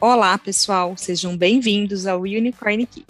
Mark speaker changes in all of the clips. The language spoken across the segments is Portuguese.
Speaker 1: Olá, pessoal, sejam bem-vindos ao Unicorn Kick,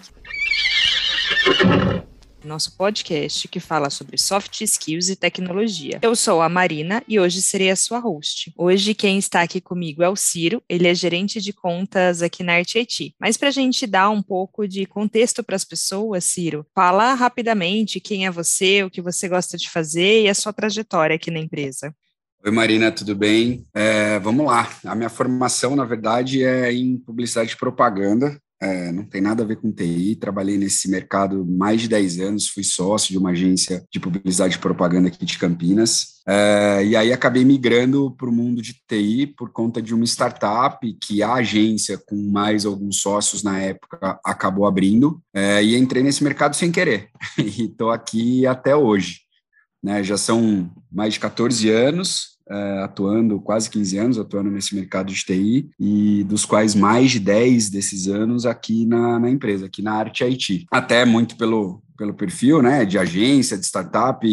Speaker 1: nosso podcast que fala sobre soft skills e tecnologia. Eu sou a Marina e hoje serei a sua host. Hoje quem está aqui comigo é o Ciro, ele é gerente de contas aqui na Arte IT. Mas para a gente dar um pouco de contexto para as pessoas, Ciro, fala rapidamente quem é você, o que você gosta de fazer e a sua trajetória aqui na empresa.
Speaker 2: Oi, Marina, tudo bem? Vamos lá. A minha formação, na verdade, é em publicidade e propaganda. Não tem nada a ver com TI. Trabalhei nesse mercado mais de 10 anos, fui sócio de uma agência de publicidade e propaganda aqui de Campinas. E aí acabei migrando para o mundo de TI por conta de uma startup que a agência, com mais alguns sócios na época, acabou abrindo. E entrei nesse mercado sem querer. E estou aqui até hoje. Já são mais de 14 anos, atuando, quase 15 anos atuando nesse mercado de TI, e dos quais mais de 10 desses anos aqui na empresa, aqui na Arte IT. Até muito pelo perfil, de agência, de startup.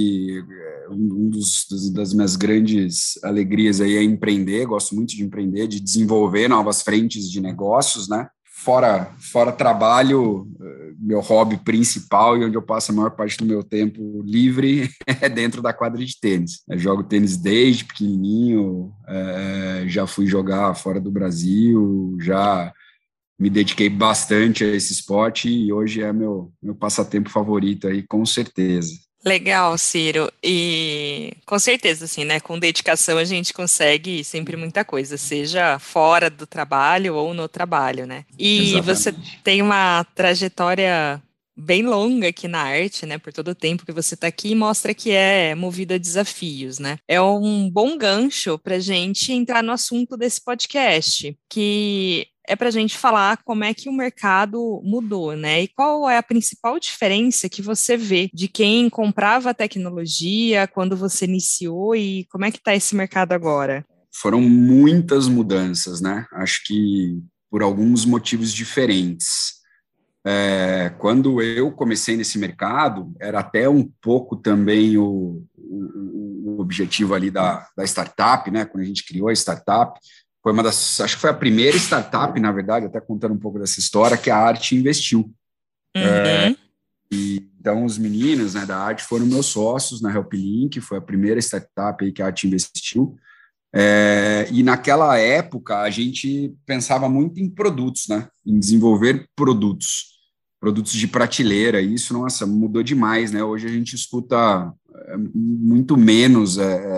Speaker 2: Das minhas grandes alegrias aí é empreender, gosto muito de empreender, de desenvolver novas frentes de negócios, Fora trabalho, meu hobby principal e onde eu passo a maior parte do meu tempo livre é dentro da quadra de tênis. Eu jogo tênis desde pequenininho, já fui jogar fora do Brasil, já me dediquei bastante a esse esporte e hoje é meu passatempo favorito aí, com certeza.
Speaker 1: Legal, Ciro, e com certeza, assim, com dedicação a gente consegue sempre muita coisa, seja fora do trabalho ou no trabalho, E
Speaker 2: Exatamente.
Speaker 1: Você tem uma trajetória bem longa aqui na arte, por todo o tempo que você está aqui, e mostra que é movido a desafios, É um bom gancho para a gente entrar no assunto desse podcast, que é para a gente falar como é que o mercado mudou, E qual é a principal diferença que você vê de quem comprava tecnologia quando você iniciou e como é que está esse mercado agora?
Speaker 2: Foram muitas mudanças, Acho que por alguns motivos diferentes. Quando eu comecei nesse mercado, era até um pouco também o objetivo ali da startup, Quando a gente criou a startup, foi acho que foi a primeira startup, na verdade, até contando um pouco dessa história, que a Arte investiu.
Speaker 1: Uhum.
Speaker 2: Então, os meninos da Arte foram meus sócios na HelpLink, foi a primeira startup aí que a Arte investiu. E naquela época a gente pensava muito em produtos, em desenvolver produtos de prateleira, e isso, nossa, mudou demais, Hoje a gente escuta muito menos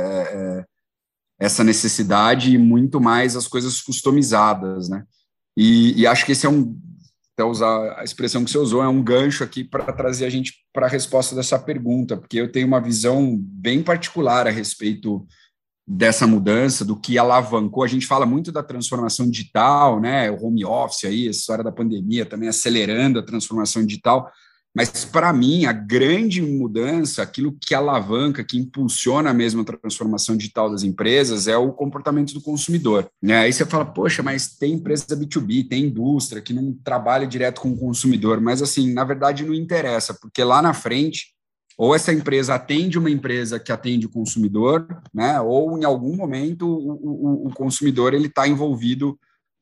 Speaker 2: essa necessidade e muito mais as coisas customizadas, E acho que esse até usar a expressão que você usou, é um gancho aqui para trazer a gente para a resposta dessa pergunta, porque eu tenho uma visão bem particular a respeito dessa mudança, do que alavancou. A gente fala muito da transformação digital, o home office aí, a história da pandemia também acelerando a transformação digital, mas para mim a grande mudança, aquilo que alavanca, que impulsiona mesmo a transformação digital das empresas é o comportamento do consumidor, Aí você fala, poxa, mas tem empresa B2B, tem indústria que não trabalha direto com o consumidor, mas assim, na verdade não interessa, porque lá na frente ou essa empresa atende uma empresa que atende o consumidor, ou em algum momento o consumidor ele está envolvido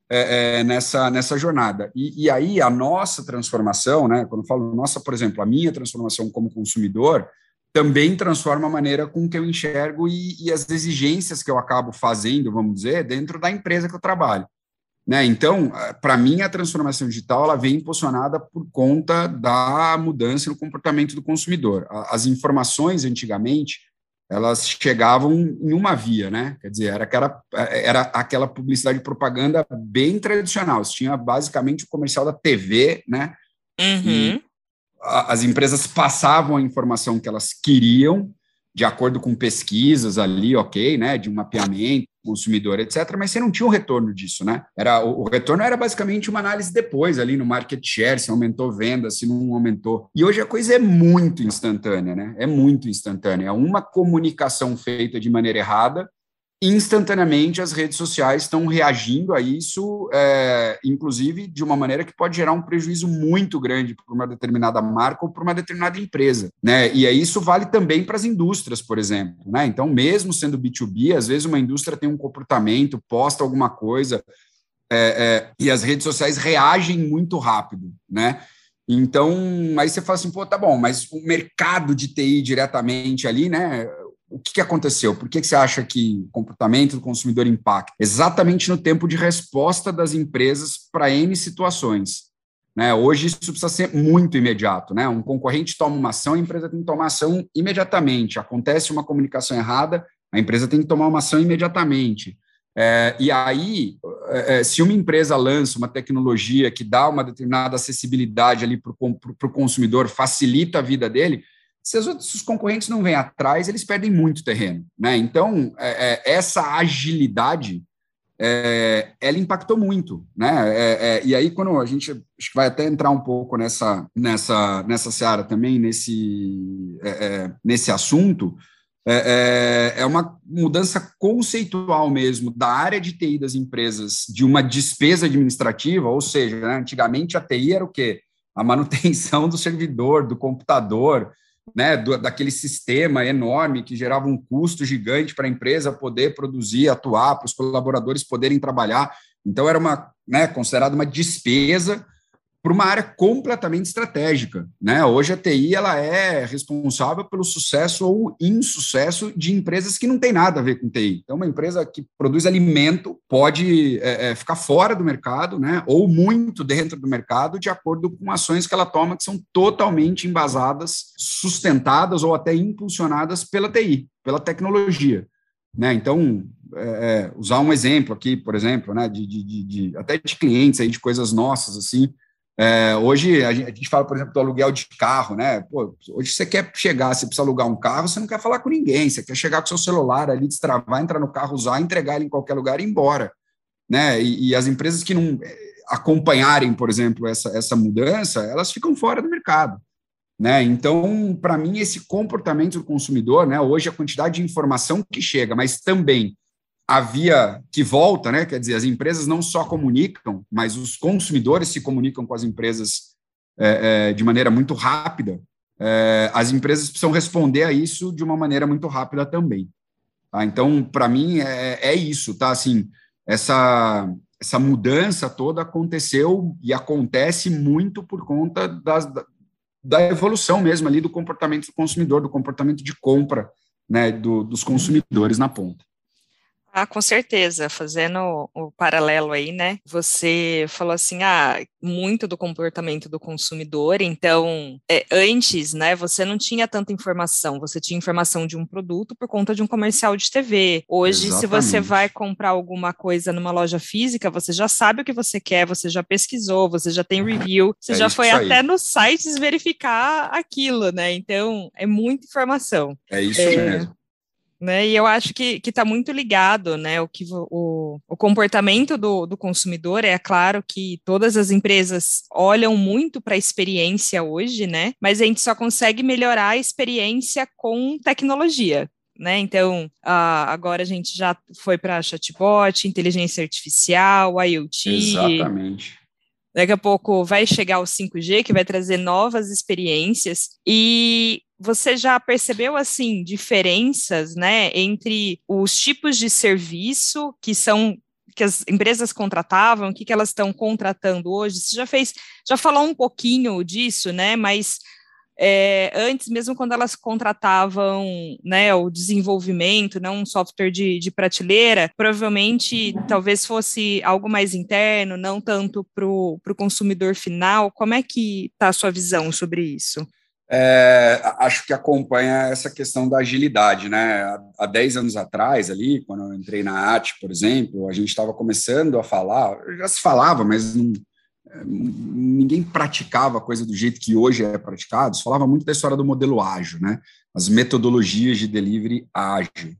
Speaker 2: nessa jornada. E aí a nossa transformação, quando eu falo nossa, por exemplo, a minha transformação como consumidor, também transforma a maneira com que eu enxergo e as exigências que eu acabo fazendo, vamos dizer, dentro da empresa que eu trabalho. Então, para mim, a transformação digital ela vem impulsionada por conta da mudança no comportamento do consumidor. As informações, antigamente, elas chegavam em uma via, Quer dizer, era aquela publicidade e propaganda bem tradicional. Você tinha, basicamente, o comercial da TV,
Speaker 1: Uhum.
Speaker 2: E as empresas passavam a informação que elas queriam, de acordo com pesquisas ali, ok, de um mapeamento, consumidor, etc., mas você não tinha o retorno disso, o retorno era basicamente uma análise depois, ali no market share, se aumentou venda, se não aumentou. E hoje a coisa é muito instantânea, É muito instantânea. É uma comunicação feita de maneira errada, instantaneamente as redes sociais estão reagindo a isso, inclusive de uma maneira que pode gerar um prejuízo muito grande para uma determinada marca ou para uma determinada empresa, E aí isso vale também para as indústrias, por exemplo, Então, mesmo sendo B2B, às vezes uma indústria tem um comportamento, posta alguma coisa, e as redes sociais reagem muito rápido, né? Então, aí você fala assim, pô, tá bom, mas o mercado de TI diretamente ali, né? O que aconteceu? Por que você acha que o comportamento do consumidor impacta? Exatamente no tempo de resposta das empresas para N situações. Né? Hoje isso precisa ser muito imediato. Né? Um concorrente toma uma ação, a empresa tem que tomar ação imediatamente. Acontece uma comunicação errada, a empresa tem que tomar uma ação imediatamente. E aí, se uma empresa lança uma tecnologia que dá uma determinada acessibilidade ali para o consumidor, facilita a vida dele, se os concorrentes não vêm atrás, eles perdem muito terreno. Né? Então, essa agilidade, ela impactou muito. Né? E aí, quando a gente acho que vai até entrar um pouco nessa seara também, nesse assunto, é uma mudança conceitual mesmo da área de TI das empresas, de uma despesa administrativa, ou seja, né, antigamente a TI era o quê? A manutenção do servidor, do computador, né, daquele sistema enorme que gerava um custo gigante para a empresa poder produzir, atuar, para os colaboradores poderem trabalhar. Então, era considerada uma despesa para uma área completamente estratégica. Né? Hoje a TI ela é responsável pelo sucesso ou insucesso de empresas que não têm nada a ver com TI. Então, uma empresa que produz alimento pode ficar fora do mercado, né? Ou muito dentro do mercado, de acordo com ações que ela toma, que são totalmente embasadas, sustentadas ou até impulsionadas pela TI, pela tecnologia. Né? Então, usar um exemplo aqui, por exemplo, né, até de clientes, aí, de coisas nossas, assim. Hoje a gente fala, por exemplo, do aluguel de carro, né? Pô, hoje você quer chegar, você precisa alugar um carro, você não quer falar com ninguém, você quer chegar com seu celular ali, destravar, entrar no carro, usar, entregar ele em qualquer lugar e ir embora. Né? E as empresas que não acompanharem, por exemplo, essa mudança, elas ficam fora do mercado. Né? Então, para mim, esse comportamento do consumidor, né? Hoje a quantidade de informação que chega, mas também a via que volta, né? Quer dizer, as empresas não só comunicam, mas os consumidores se comunicam com as empresas de maneira muito rápida. As empresas precisam responder a isso de uma maneira muito rápida também. Tá? Então, para mim, é isso, tá? Assim, essa mudança toda aconteceu e acontece muito por conta da evolução mesmo ali do comportamento do consumidor, do comportamento de compra, né, dos consumidores na ponta.
Speaker 1: Ah, com certeza, fazendo o paralelo aí, né? Você falou assim, muito do comportamento do consumidor, então, antes, né, você não tinha tanta informação, você tinha informação de um produto por conta de um comercial de TV. Hoje,
Speaker 2: Exatamente.
Speaker 1: Se você vai comprar alguma coisa numa loja física, você já sabe o que você quer, você já pesquisou, você já tem review, você já foi até nos sites verificar aquilo, né? Então, é muita informação.
Speaker 2: É isso mesmo.
Speaker 1: Né, e eu acho que está muito ligado, né, o comportamento do consumidor. É claro que todas as empresas olham muito para a experiência hoje, né, mas a gente só consegue melhorar a experiência com tecnologia. Né? Então, agora a gente já foi para chatbot, inteligência artificial, IoT.
Speaker 2: Exatamente.
Speaker 1: Daqui a pouco vai chegar o 5G, que vai trazer novas experiências. E você já percebeu, assim, diferenças, né, entre os tipos de serviço que as empresas contratavam, o que elas estão contratando hoje? Você já falou um pouquinho disso, né, mas antes, mesmo quando elas contratavam, né, o desenvolvimento, não um software de prateleira, provavelmente talvez fosse algo mais interno, não tanto para o consumidor final. Como é que está a sua visão sobre isso?
Speaker 2: Acho que acompanha essa questão da agilidade, né? Há 10 anos atrás, ali, quando eu entrei na AT, por exemplo, a gente estava começando a falar, já se falava, mas ninguém praticava a coisa do jeito que hoje é praticado. Se falava muito da história do modelo ágil, né? As metodologias de delivery ágil.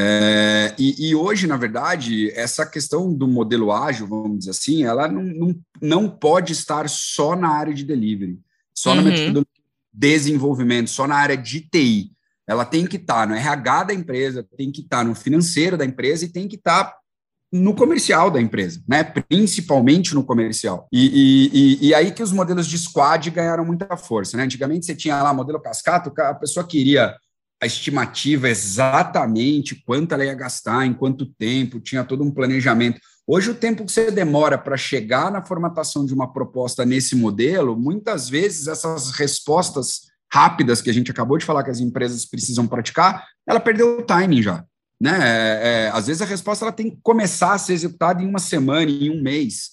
Speaker 2: E hoje, na verdade, essa questão do modelo ágil, vamos dizer assim, ela não pode estar só na área de delivery, só na metodologia desenvolvimento, só na área de TI. Ela tem que estar no RH da empresa, tem que estar no financeiro da empresa e tem que estar no comercial da empresa, né? Principalmente no comercial. E aí que os modelos de squad ganharam muita força, né? Antigamente você tinha lá modelo cascata, a pessoa queria a estimativa exatamente quanto ela ia gastar, em quanto tempo, tinha todo um planejamento. Hoje, o tempo que você demora para chegar na formatação de uma proposta nesse modelo, muitas vezes essas respostas rápidas que a gente acabou de falar que as empresas precisam praticar, ela perdeu o timing já. Né? Às vezes a resposta ela tem que começar a ser executada em uma semana, em um mês.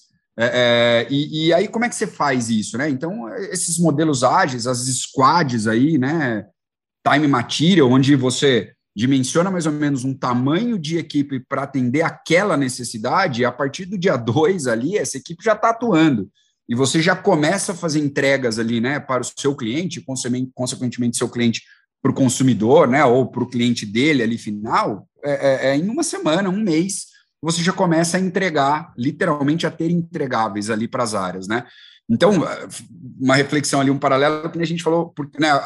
Speaker 2: E aí, como é que você faz isso? Né? Então, esses modelos ágeis, as squads aí, né? Time material, onde você dimensiona mais ou menos um tamanho de equipe para atender aquela necessidade, e a partir do dia 2 ali, essa equipe já está atuando. E você já começa a fazer entregas ali, né, para o seu cliente, consequentemente, seu cliente para o consumidor, né, ou para o cliente dele ali final, em uma semana, um mês, você já começa a entregar, literalmente a ter entregáveis ali para as áreas, né? Então, uma reflexão ali, um paralelo que a gente falou, porque né,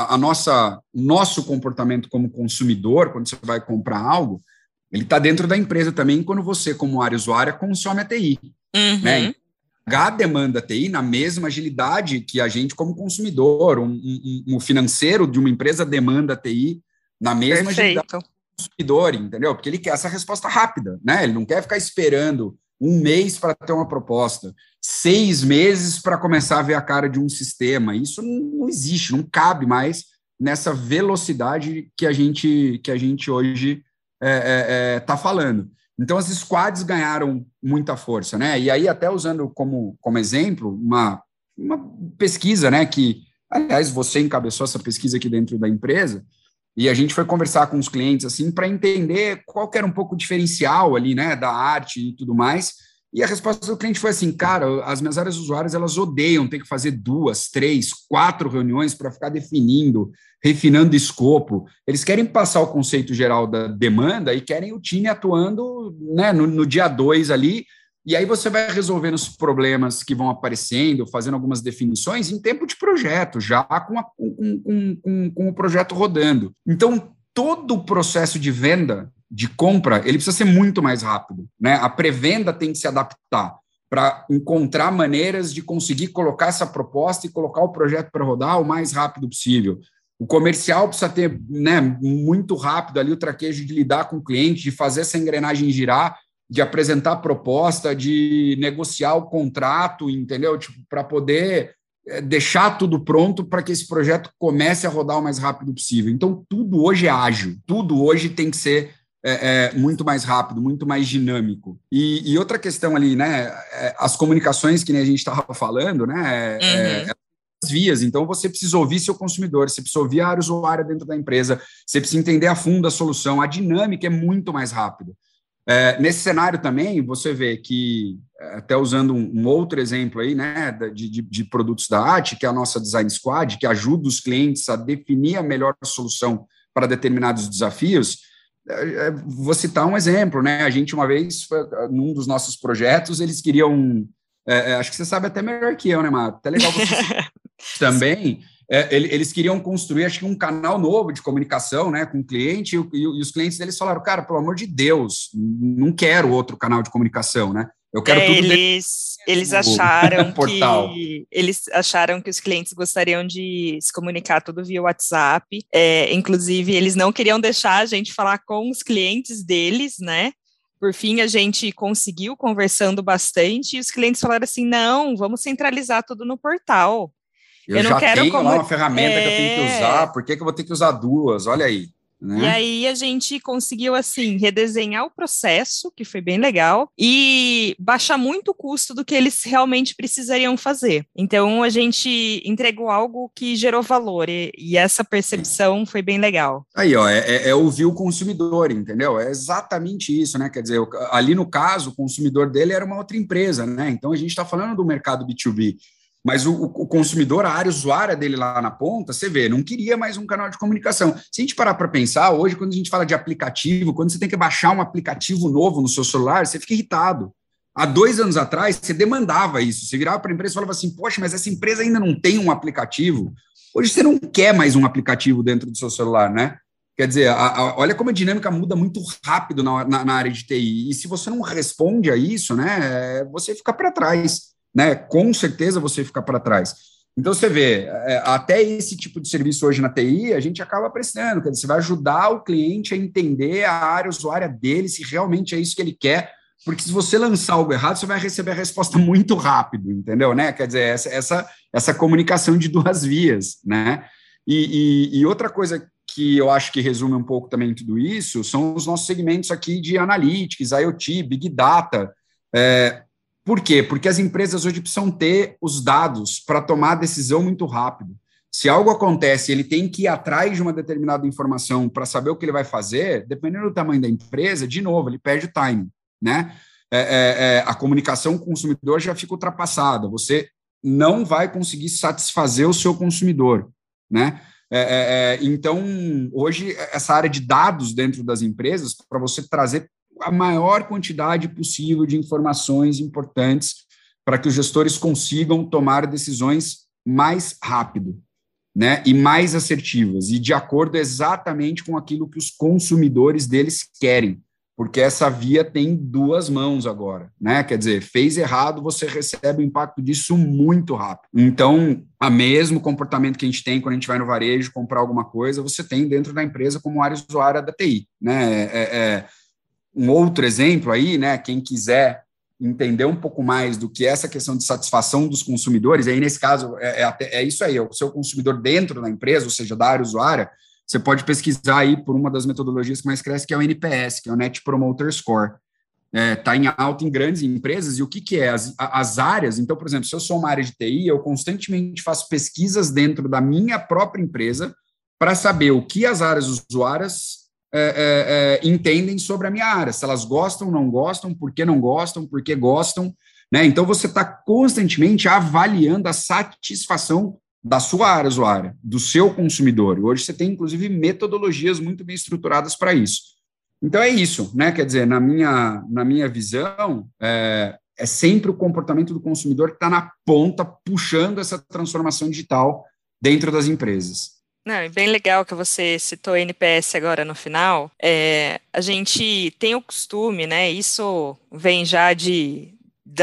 Speaker 2: o nosso comportamento como consumidor, quando você vai comprar algo, ele está dentro da empresa também, quando você, como área usuária, consome a TI.
Speaker 1: Uhum.
Speaker 2: Né? A demanda TI na mesma agilidade que a gente, como consumidor, um financeiro de uma empresa demanda TI na mesma agilidade que o consumidor, entendeu? Porque ele quer essa resposta rápida, né? Ele não quer ficar esperando um mês para ter uma proposta, 6 meses para começar a ver a cara de um sistema. Isso não existe, não cabe mais nessa velocidade que a gente hoje está falando. Então, as squads ganharam muita força, né? E aí, até usando como exemplo, uma pesquisa, né? Que, aliás, você encabeçou essa pesquisa aqui dentro da empresa, e a gente foi conversar com os clientes, assim, para entender qual que era um pouco o diferencial ali, né? Da arte e tudo mais. E a resposta do cliente foi assim, cara, as minhas áreas usuárias, elas odeiam ter que fazer 2, 3, 4 reuniões para ficar definindo, refinando escopo. Eles querem passar o conceito geral da demanda e querem o time atuando, né, no dia 2 ali, e aí você vai resolvendo os problemas que vão aparecendo, fazendo algumas definições em tempo de projeto, já com o projeto rodando. Então, todo o processo de venda, de compra, ele precisa ser muito mais rápido, né? A pré-venda tem que se adaptar para encontrar maneiras de conseguir colocar essa proposta e colocar o projeto para rodar o mais rápido possível. O comercial precisa ter, né, muito rápido ali o traquejo de lidar com o cliente, de fazer essa engrenagem girar, de apresentar a proposta, de negociar o contrato, entendeu? Tipo, para poder deixar tudo pronto para que esse projeto comece a rodar o mais rápido possível. Então, tudo hoje é ágil, tudo hoje tem que ser muito mais rápido, muito mais dinâmico. E outra questão ali, né? As comunicações que nem a gente estava falando, né? As vias. Então, você precisa ouvir seu consumidor, você precisa ouvir a área usuária dentro da empresa, você precisa entender a fundo a solução. A dinâmica é muito mais rápida. Nesse cenário também, você vê que, até usando um outro exemplo aí, né, de produtos da arte, que é a nossa Design Squad, que ajuda os clientes a definir a melhor solução para determinados desafios. Vou citar um exemplo, né? A gente, uma vez, num dos nossos projetos, eles queriam. Acho que você sabe até melhor que eu, né, Mato? Até legal você também. Eles queriam construir, acho que, um canal novo de comunicação, né, com o cliente, e os clientes deles falaram, cara, pelo amor de Deus, não quero outro canal de comunicação, né? Eu quero tudo
Speaker 1: eles acharam que os clientes gostariam de se comunicar tudo via WhatsApp. Inclusive, eles não queriam deixar a gente falar com os clientes deles, né? Por fim, a gente conseguiu conversando bastante, e os clientes falaram assim, não, vamos centralizar tudo no portal.
Speaker 2: Eu não já quero tenho lá uma ferramenta que eu tenho que usar, por que eu vou ter que usar duas? Olha aí. Né?
Speaker 1: E aí a gente conseguiu, assim, redesenhar o processo, que foi bem legal, e baixar muito o custo do que eles realmente precisariam fazer. Então, a gente entregou algo que gerou valor, e essa percepção foi bem legal.
Speaker 2: Aí, ó, ouvir o consumidor, entendeu? É exatamente isso, né? Quer dizer, ali no caso, o consumidor dele era uma outra empresa, né? Então, a gente está falando do mercado B2B. Mas o consumidor, a área usuária dele lá na ponta, você vê, não queria mais um canal de comunicação. Se a gente parar para pensar, hoje, quando a gente fala de aplicativo, quando você tem que baixar um aplicativo novo no seu celular, você fica irritado. Há 2 anos atrás, você demandava isso. Você virava para a empresa e falava assim, poxa, mas essa empresa ainda não tem um aplicativo. Hoje você não quer mais um aplicativo dentro do seu celular, né? Quer dizer, olha como a dinâmica muda muito rápido na área de TI. E se você não responde a isso, né, você fica para trás. Né? Com certeza você fica para trás. Então, você vê, até esse tipo de serviço hoje na TI, a gente acaba prestando, quer dizer, você vai ajudar o cliente a entender a área usuária dele, se realmente é isso que ele quer, porque se você lançar algo errado, você vai receber a resposta muito rápido, entendeu? Né? Quer dizer, essa comunicação de duas vias, né? E outra coisa que eu acho que resume um pouco também tudo isso são os nossos segmentos aqui de Analytics, IoT, Big Data. Por quê? Porque as empresas hoje precisam ter os dados para tomar decisão muito rápido. Se algo acontece, ele tem que ir atrás de uma determinada informação para saber o que ele vai fazer, dependendo do tamanho da empresa, de novo, ele perde o timing, né? A comunicação com o consumidor já fica ultrapassada. Você não vai conseguir satisfazer o seu consumidor, né? Então, hoje, essa área de dados dentro das empresas, para você trazer a maior quantidade possível de informações importantes para que os gestores consigam tomar decisões mais rápido, né, e mais assertivas, e de acordo exatamente com aquilo que os consumidores deles querem, porque essa via tem duas mãos agora, né? Quer dizer, fez errado, você recebe o impacto disso muito rápido. Então, o mesmo comportamento que a gente tem quando a gente vai no varejo comprar alguma coisa, você tem dentro da empresa como área usuária da TI, né? Um outro exemplo aí, né? Quem quiser entender um pouco mais do que é essa questão de satisfação dos consumidores, aí nesse caso é isso aí, é o seu consumidor dentro da empresa, ou seja, da área usuária, você pode pesquisar aí por uma das metodologias que mais cresce, que é o NPS, que é o Net Promoter Score. Está em alta em grandes empresas, e o que é? As áreas, então, por exemplo, se eu sou uma área de TI, eu constantemente faço pesquisas dentro da minha própria empresa para saber o que as áreas usuárias entendem sobre a minha área, se elas gostam, não gostam, por que gostam, né? Então, você está constantemente avaliando a satisfação da sua área usuária, do seu consumidor. Hoje você tem, inclusive, metodologias muito bem estruturadas para isso. Então, é isso, né? Quer dizer, na minha visão, é sempre o comportamento do consumidor que está na ponta, puxando essa transformação digital dentro das empresas.
Speaker 1: Não, é bem legal que você citou NPS agora no final. A gente tem o costume, né? Isso vem já de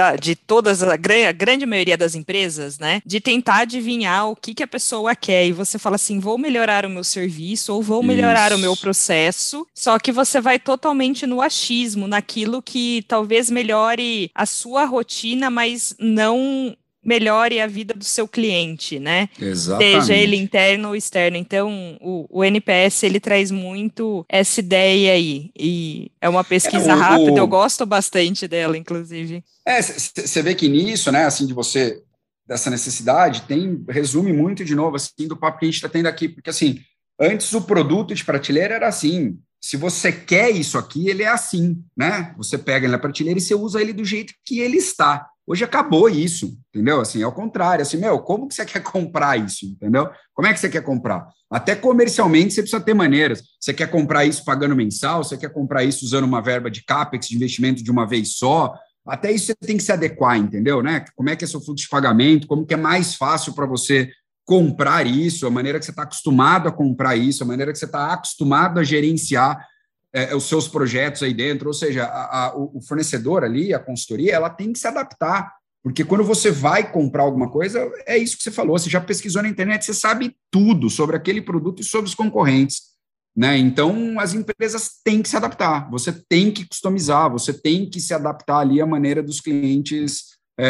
Speaker 1: todas, a grande maioria das empresas, né? De tentar adivinhar o que a pessoa quer. E você fala assim, vou melhorar o meu serviço ou vou melhorar o meu processo. Só que você vai totalmente no achismo, naquilo que talvez melhore a sua rotina, mas não melhore a vida do seu cliente, né?
Speaker 2: Exatamente.
Speaker 1: Seja ele interno ou externo. Então, o NPS, ele traz muito essa ideia aí. E é uma pesquisa rápida, eu gosto bastante dela, inclusive.
Speaker 2: Você vê que nisso, né, assim, dessa necessidade, resume muito, de novo, assim, do papo que a gente está tendo aqui, porque, assim, antes o produto de prateleira era assim, se você quer isso aqui, ele é assim, né? Você pega ele na prateleira e você usa ele do jeito que ele está. Hoje acabou isso, entendeu? Assim, ao contrário, assim, como que você quer comprar isso, entendeu? Como é que você quer comprar? Até comercialmente você precisa ter maneiras. Você quer comprar isso pagando mensal? Você quer comprar isso usando uma verba de CAPEX, de investimento de uma vez só? Até isso você tem que se adequar, entendeu? Né? Como é que é seu fluxo de pagamento? Como que é mais fácil para você comprar isso? A maneira que você está acostumado a comprar isso? A maneira que você está acostumado a gerenciar os seus projetos aí dentro, ou seja, o fornecedor ali, a consultoria, ela tem que se adaptar, porque quando você vai comprar alguma coisa, é isso que você falou, você já pesquisou na internet, você sabe tudo sobre aquele produto e sobre os concorrentes, né? Então, as empresas têm que se adaptar, você tem que customizar, você tem que se adaptar ali à maneira dos clientes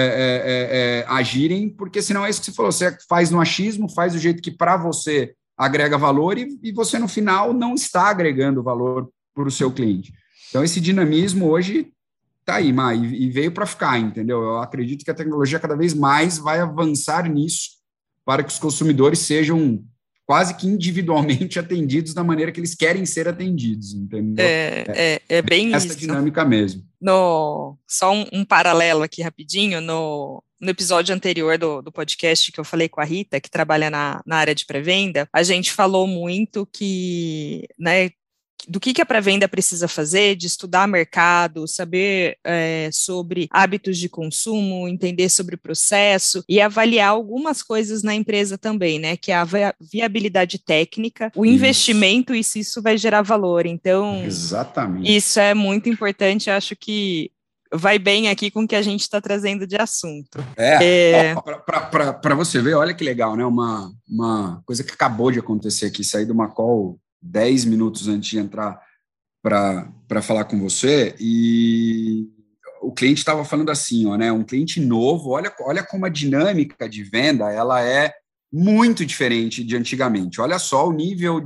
Speaker 2: agirem, porque senão é isso que você falou, você faz no achismo, faz do jeito que para você agrega valor e você, no final, não está agregando valor para o seu cliente. Então, esse dinamismo hoje está aí, e veio para ficar, entendeu? Eu acredito que a tecnologia cada vez mais vai avançar nisso para que os consumidores sejam quase que individualmente atendidos da maneira que eles querem ser atendidos, entendeu?
Speaker 1: É bem
Speaker 2: essa
Speaker 1: isso.
Speaker 2: Dinâmica mesmo.
Speaker 1: Só um paralelo aqui rapidinho, no episódio anterior do podcast que eu falei com a Rita, que trabalha na área de pré-venda, a gente falou muito que, né, do que a pré-venda precisa fazer, de estudar mercado, saber sobre hábitos de consumo, entender sobre o processo e avaliar algumas coisas na empresa também, né? Que é a viabilidade técnica, o investimento e se isso vai gerar valor. Então,
Speaker 2: exatamente.
Speaker 1: Isso é muito importante, acho que vai bem aqui com o que a gente está trazendo de assunto.
Speaker 2: Para você ver, olha que legal, né? Uma coisa que acabou de acontecer aqui, saí de uma call 10 minutos antes de entrar para falar com você, e o cliente estava falando assim, ó, né? Um cliente novo, olha como a dinâmica de venda ela é muito diferente de antigamente. Olha só o nível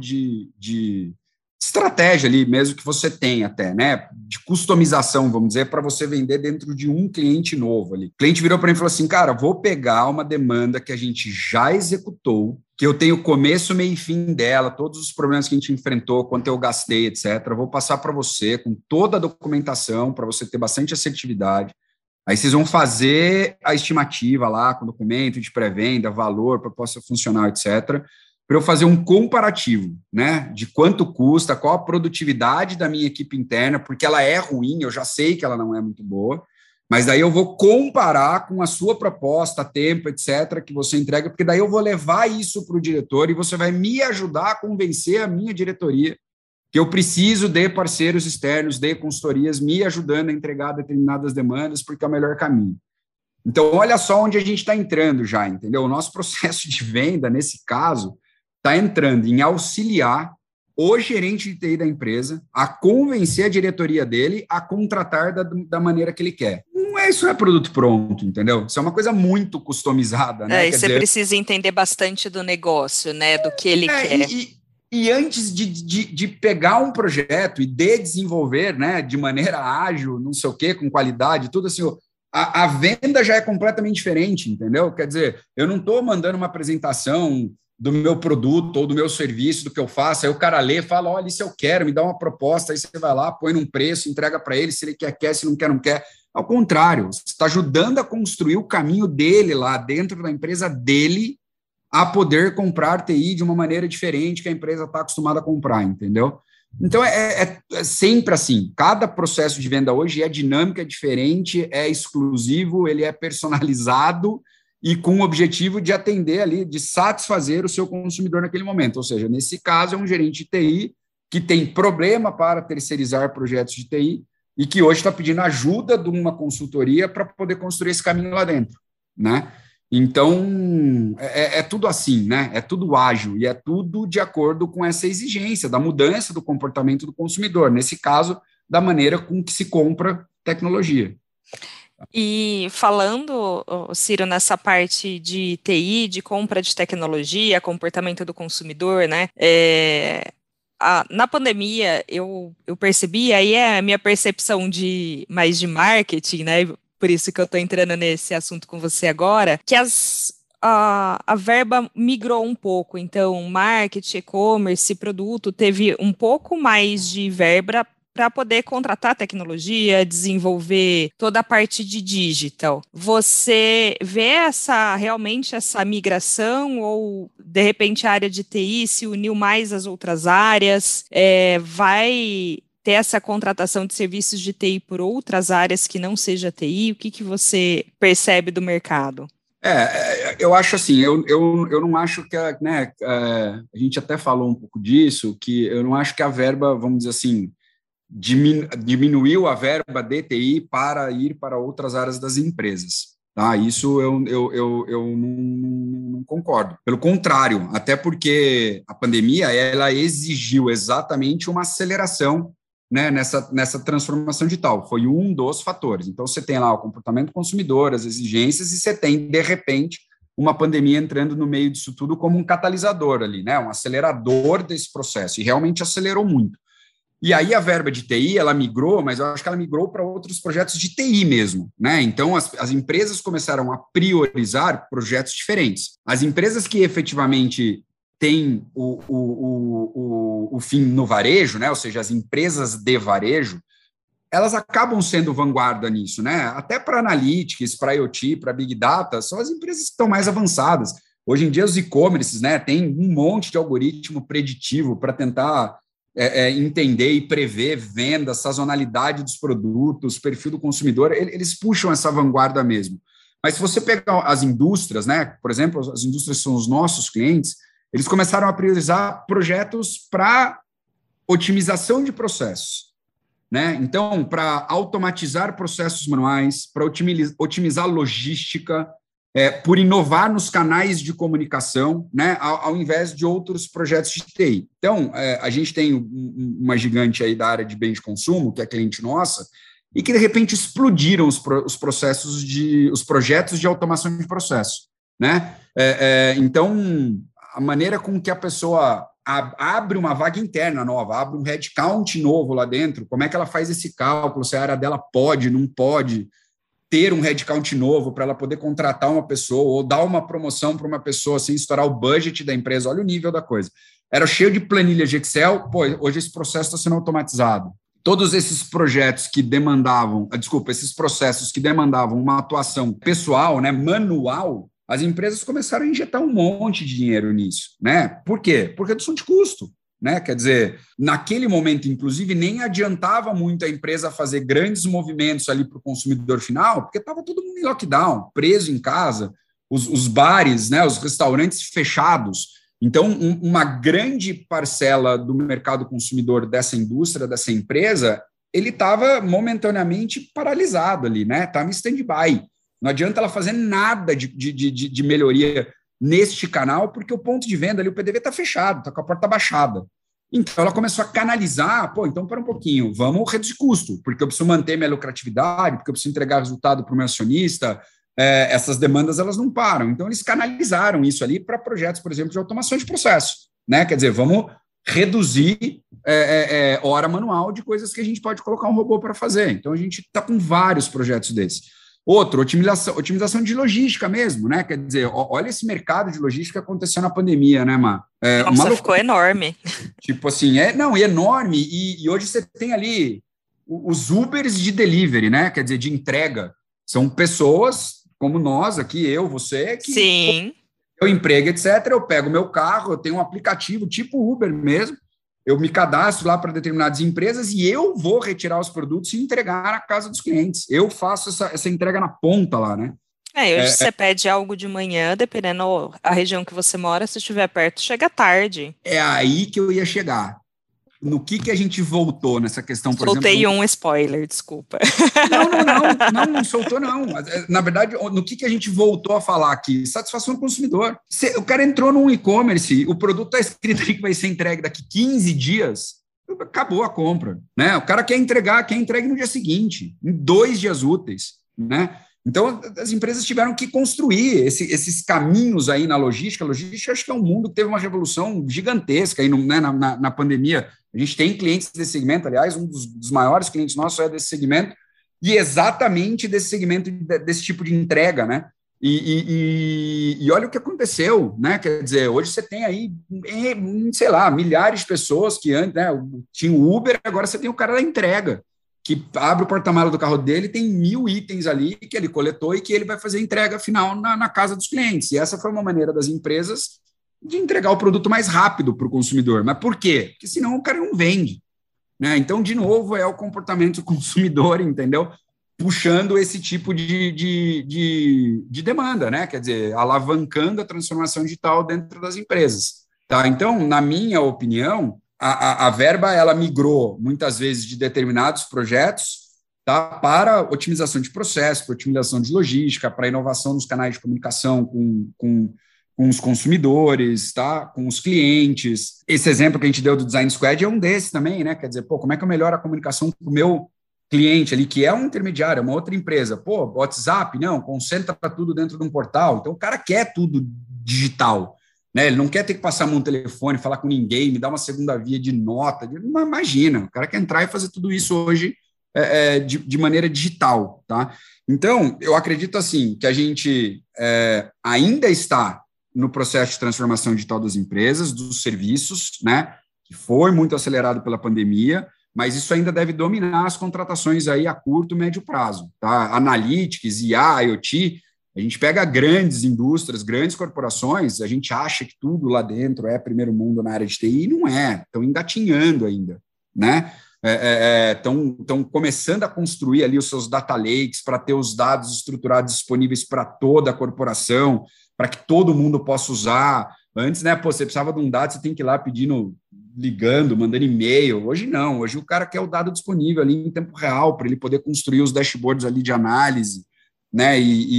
Speaker 2: de estratégia ali mesmo que você tem até, né? De customização, vamos dizer, para você vender dentro de um cliente novo ali. O cliente virou para mim e falou assim, cara, vou pegar uma demanda que a gente já executou, que eu tenho começo, meio e fim dela, todos os problemas que a gente enfrentou, quanto eu gastei, etc. Vou passar para você com toda a documentação, para você ter bastante assertividade. Aí vocês vão fazer a estimativa lá, com documento de pré-venda, valor, proposta funcional, etc., para eu fazer um comparativo, né, de quanto custa, qual a produtividade da minha equipe interna, porque ela é ruim, eu já sei que ela não é muito boa, mas daí eu vou comparar com a sua proposta, tempo, etc., que você entrega, porque daí eu vou levar isso para o diretor e você vai me ajudar a convencer a minha diretoria que eu preciso de parceiros externos, de consultorias, me ajudando a entregar determinadas demandas, porque é o melhor caminho. Então, olha só onde a gente está entrando já, entendeu? O nosso processo de venda, nesse caso, está entrando em auxiliar o gerente de TI da empresa a convencer a diretoria dele a contratar da maneira que ele quer. Isso não é produto pronto, entendeu? Isso é uma coisa muito customizada, né?
Speaker 1: E você precisa entender bastante do negócio, né? Do que ele quer.
Speaker 2: E antes de pegar um projeto e de desenvolver, né, de maneira ágil, não sei o quê, com qualidade, tudo assim, a venda já é completamente diferente, entendeu? Quer dizer, eu não estou mandando uma apresentação do meu produto ou do meu serviço, do que eu faço, aí o cara lê, fala, olha, isso eu quero, me dá uma proposta, aí você vai lá, põe num preço, entrega para ele, se ele quer, se não quer, não quer. Ao contrário, você está ajudando a construir o caminho dele lá dentro da empresa dele a poder comprar TI de uma maneira diferente que a empresa está acostumada a comprar, entendeu? Então, é sempre assim. Cada processo de venda hoje é dinâmica, é diferente, é exclusivo, ele é personalizado e com o objetivo de atender ali, de satisfazer o seu consumidor naquele momento. Ou seja, nesse caso, é um gerente de TI que tem problema para terceirizar projetos de TI e que hoje está pedindo ajuda de uma consultoria para poder construir esse caminho lá dentro, né? Então, é tudo assim, né? É tudo ágil e é tudo de acordo com essa exigência da mudança do comportamento do consumidor, nesse caso, da maneira com que se compra tecnologia.
Speaker 1: E falando, Ciro, nessa parte de TI, de compra de tecnologia, comportamento do consumidor, né? Na pandemia, eu percebi, aí é a minha percepção mais de marketing, né? Por isso que eu estou entrando nesse assunto com você agora, que a verba migrou um pouco. Então, marketing, e-commerce, produto, teve um pouco mais de verba para poder contratar tecnologia, desenvolver toda a parte de digital. Você vê realmente essa migração ou, de repente, a área de TI se uniu mais às outras áreas? Vai ter essa contratação de serviços de TI por outras áreas que não seja TI? O que você percebe do mercado?
Speaker 2: Eu acho assim, eu não acho que a gente até falou um pouco disso, que eu não acho que a verba, vamos dizer assim, diminuiu a verba de TI para ir para outras áreas das empresas. Tá? Isso eu não concordo. Pelo contrário, até porque a pandemia ela exigiu exatamente uma aceleração, né, nessa transformação digital. Foi um dos fatores. Então, você tem lá o comportamento do consumidor, as exigências, e você tem, de repente, uma pandemia entrando no meio disso tudo como um catalisador ali, né, um acelerador desse processo, e realmente acelerou muito. E aí a verba de TI, ela migrou, mas eu acho que ela migrou para outros projetos de TI mesmo, né? Então, as empresas começaram a priorizar projetos diferentes. As empresas que efetivamente têm o fim no varejo, né? Ou seja, as empresas de varejo, elas acabam sendo vanguarda nisso, né? Até para Analytics, para IoT, para Big Data, são as empresas que estão mais avançadas. Hoje em dia, os e-commerces, né, tem um monte de algoritmo preditivo para tentar entender e prever venda, sazonalidade dos produtos, perfil do consumidor, eles puxam essa vanguarda mesmo. Mas se você pegar as indústrias, né, por exemplo, as indústrias são os nossos clientes, eles começaram a priorizar projetos para otimização de processos, né? Então, para automatizar processos manuais, para otimizar logística, por inovar nos canais de comunicação, né, ao invés de outros projetos de TI. Então, a gente tem uma gigante aí da área de bens de consumo, que é cliente nossa, e que, de repente, explodiram os projetos de automação de processo, né? Então, a maneira com que a pessoa abre uma vaga interna nova, abre um headcount novo lá dentro, como é que ela faz esse cálculo, se a área dela pode, não pode ter um headcount novo para ela poder contratar uma pessoa ou dar uma promoção para uma pessoa sem estourar o budget da empresa, olha o nível da coisa. Era cheio de planilhas de Excel, hoje esse processo está sendo automatizado. Todos esses projetos que demandavam, esses processos que demandavam uma atuação pessoal, né, manual, as empresas começaram a injetar um monte de dinheiro nisso, né? Por quê? Por redução de custo, né? Quer dizer, naquele momento, inclusive, nem adiantava muito a empresa fazer grandes movimentos ali para o consumidor final, porque estava todo mundo em lockdown, preso em casa, os bares, né, os restaurantes fechados. Então, uma grande parcela do mercado consumidor dessa indústria, dessa empresa, ele estava momentaneamente paralisado ali, né? Estava em stand-by. Não adianta ela fazer nada de melhoria neste canal, porque o ponto de venda ali, o PDV está fechado, está com a porta baixada. Então, ela começou a canalizar, então, para um pouquinho, vamos reduzir custo, porque eu preciso manter minha lucratividade, porque eu preciso entregar resultado para o meu acionista, essas demandas, elas não param. Então, eles canalizaram isso ali para projetos, por exemplo, de automação de processo, né? Quer dizer, vamos reduzir hora manual de coisas que a gente pode colocar um robô para fazer. Então, a gente está com vários projetos desses. Outro, otimização de logística mesmo, né? Quer dizer, olha esse mercado de logística que aconteceu na pandemia, né, Má?
Speaker 1: Nossa, ficou enorme.
Speaker 2: Tipo assim, enorme. E hoje você tem ali os Ubers de delivery, né? Quer dizer, de entrega. São pessoas como nós aqui, eu, você, que
Speaker 1: Sim.
Speaker 2: eu emprego, etc. Eu pego meu carro, eu tenho um aplicativo tipo Uber mesmo, eu me cadastro lá para determinadas empresas e eu vou retirar os produtos e entregar na casa dos clientes. Eu faço essa entrega na ponta lá, né?
Speaker 1: Hoje você pede algo de manhã, dependendo da região que você mora, se estiver perto, chega tarde.
Speaker 2: É aí que eu ia chegar. No que a gente voltou nessa questão, por
Speaker 1: Soltei
Speaker 2: exemplo...
Speaker 1: um spoiler, desculpa.
Speaker 2: Não soltou, não. Na verdade, no que a gente voltou a falar aqui? Satisfação do consumidor. O cara entrou num e-commerce, o produto está escrito ali que vai ser entregue daqui 15 dias, acabou a compra, né? O cara quer entregue no dia seguinte, em 2 dias úteis, né? Então, as empresas tiveram que construir esses caminhos aí na logística. A logística, acho que é um mundo que teve uma revolução gigantesca aí, né, na pandemia. A gente tem clientes desse segmento, aliás, um dos maiores clientes nossos é desse segmento, e exatamente desse segmento, desse tipo de entrega, né? E olha o que aconteceu, né? Quer dizer, hoje você tem aí, sei lá, milhares de pessoas que antes, né, tinha o Uber, agora você tem o cara da entrega, que abre o porta-malas do carro dele, tem 1000 itens ali que ele coletou e que ele vai fazer a entrega final na casa dos clientes. E essa foi uma maneira das empresas de entregar o produto mais rápido para o consumidor. Mas por quê? Porque senão o cara não vende, né? Então, de novo, é o comportamento do consumidor, entendeu? Puxando esse tipo de demanda, né? Quer dizer, alavancando a transformação digital dentro das empresas. Tá? Então, na minha opinião, a verba ela migrou muitas vezes de determinados projetos, tá, para otimização de processo, para otimização de logística, para inovação nos canais de comunicação com os consumidores, tá, com os clientes. Esse exemplo que a gente deu do Design Squad é um desses também, né? Quer dizer, como é que eu melhoro a comunicação com o meu cliente ali, que é um intermediário, é uma outra empresa? WhatsApp, não, concentra tudo dentro de um portal. Então, o cara quer tudo digital, né? Ele não quer ter que passar a mão no telefone, falar com ninguém, me dar uma segunda via de nota. Imagina, o cara quer entrar e fazer tudo isso hoje de maneira digital, tá? Então, eu acredito assim que a gente ainda está no processo de transformação digital das empresas, dos serviços, né? Que foi muito acelerado pela pandemia, mas isso ainda deve dominar as contratações aí a curto e médio prazo, tá? Analytics, IA, IoT. A gente pega grandes indústrias, grandes corporações, a gente acha que tudo lá dentro é primeiro mundo na área de TI, e não é, estão engatinhando ainda, né? Estão começando a construir ali os seus data lakes para ter os dados estruturados disponíveis para toda a corporação, para que todo mundo possa usar. Antes, né, você precisava de um dado, você tem que ir lá pedindo, ligando, mandando e-mail. Hoje não, hoje o cara quer o dado disponível ali em tempo real para ele poder construir os dashboards ali de análise, né,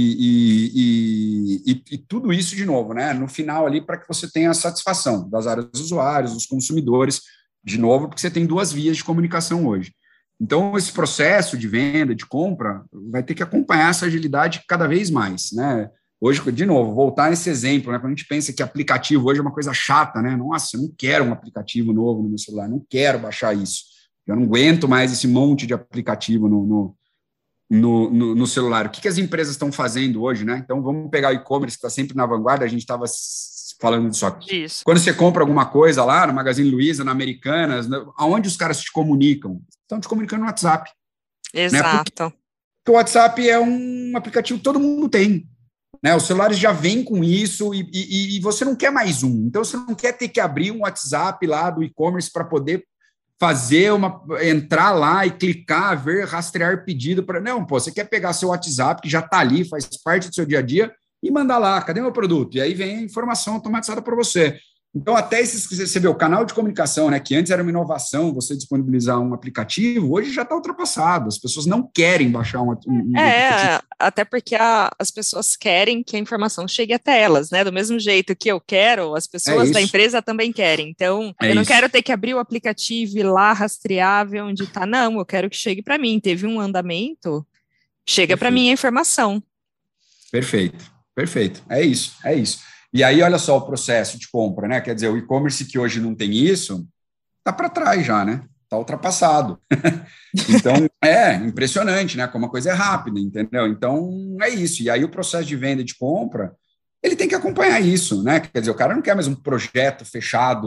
Speaker 2: e tudo isso de novo, né, no final ali para que você tenha a satisfação das áreas dos usuários, dos consumidores, de novo, porque você tem 2 vias de comunicação hoje. Então, esse processo de venda, de compra, vai ter que acompanhar essa agilidade cada vez mais, né? Hoje, de novo, voltar nesse exemplo, né? Quando a gente pensa que aplicativo hoje é uma coisa chata, né? Nossa, eu não quero um aplicativo novo no meu celular, não quero baixar isso. Eu não aguento mais esse monte de aplicativo no celular. O que as empresas estão fazendo hoje, né? Então, vamos pegar o e-commerce, que está sempre na vanguarda, a gente estava falando disso aqui.
Speaker 1: Isso.
Speaker 2: Quando você compra alguma coisa lá no Magazine Luiza, na Americanas, aonde os caras te comunicam? Estão te comunicando no WhatsApp.
Speaker 1: Exato.
Speaker 2: Né? Porque o WhatsApp é um aplicativo que todo mundo tem. Né? Os celulares já vêm com isso e você não quer mais um. Então, você não quer ter que abrir um WhatsApp lá do e-commerce para poder entrar lá e clicar, ver, rastrear pedido. Não, pô, você quer pegar seu WhatsApp, que já está ali, faz parte do seu dia a dia, e mandar lá, cadê meu produto? E aí vem a informação automatizada para você. Então, até você vê o canal de comunicação, né, que antes era uma inovação, você disponibilizar um aplicativo, hoje já está ultrapassado. As pessoas não querem baixar um aplicativo.
Speaker 1: Até porque as pessoas querem que a informação chegue até elas, né? Do mesmo jeito que eu quero, as pessoas da empresa também querem. Então, eu não quero ter que abrir o aplicativo e ir lá rastrear, ver onde está. Não, eu quero que chegue para mim. Teve um andamento, chega para mim a informação.
Speaker 2: Perfeito. É isso. E aí, olha só o processo de compra, né? Quer dizer, o e-commerce que hoje não tem isso, está para trás já, né? Está ultrapassado. Então, é impressionante, né? Como a coisa é rápida, entendeu? Então, é isso. E aí, o processo de venda e de compra, ele tem que acompanhar isso, né? Quer dizer, o cara não quer mais um projeto fechado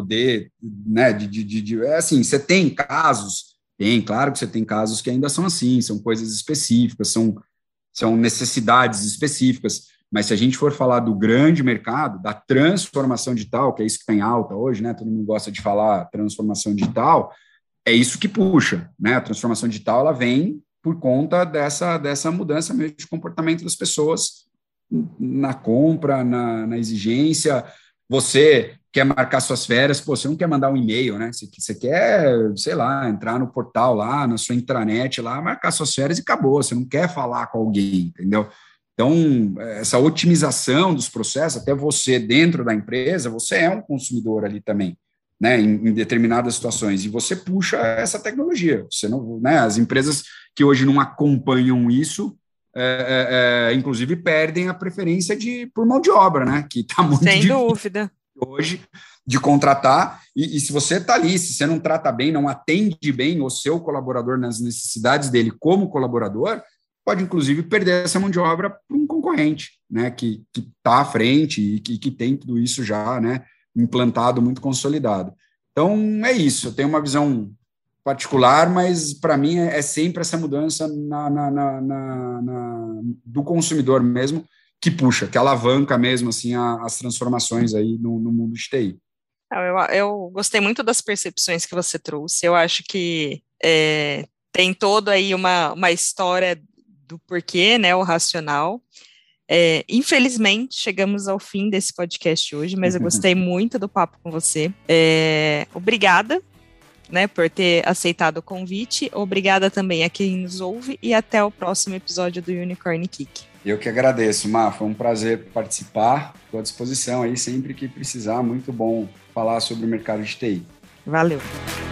Speaker 2: assim, você tem casos? Tem, claro que você tem casos que ainda são assim, são coisas específicas, são necessidades específicas. Mas se a gente for falar do grande mercado, da transformação digital, que é isso que está em alta hoje, né? Todo mundo gosta de falar transformação digital, é isso que puxa, né? A transformação digital, ela vem por conta dessa mudança mesmo de comportamento das pessoas na compra, na exigência. Você quer marcar suas férias, pô, você não quer mandar um e-mail, né? Você quer, sei lá, entrar no portal lá, na sua intranet lá, marcar suas férias e acabou. Você não quer falar com alguém, entendeu? Então, essa otimização dos processos, até você dentro da empresa, você é um consumidor ali também, né, em determinadas situações, e você puxa essa tecnologia. Você não, né, as empresas que hoje não acompanham isso, inclusive perdem a preferência por mão de obra, né, que está muito difícil.
Speaker 1: Sem dúvida.
Speaker 2: Hoje, de contratar, e se você está ali, se você não trata bem, não atende bem o seu colaborador nas necessidades dele como colaborador, pode, inclusive, perder essa mão de obra para um concorrente, né, que está à frente e que tem tudo isso já, né, implantado, muito consolidado. Então, é isso. Eu tenho uma visão particular, mas, para mim, é sempre essa mudança do consumidor mesmo, que puxa, que alavanca mesmo assim, as transformações aí no mundo de TI.
Speaker 1: Eu gostei muito das percepções que você trouxe. Eu acho que tem toda aí uma história do porquê, né, o racional. Infelizmente, chegamos ao fim desse podcast hoje, mas eu gostei muito do papo com você. Obrigada, né, por ter aceitado o convite. Obrigada também a quem nos ouve e até o próximo episódio do Unicorn Kick.
Speaker 2: Eu que agradeço, Má. Foi um prazer participar. Estou à disposição aí sempre que precisar. Muito bom falar sobre o mercado de TI.
Speaker 1: Valeu.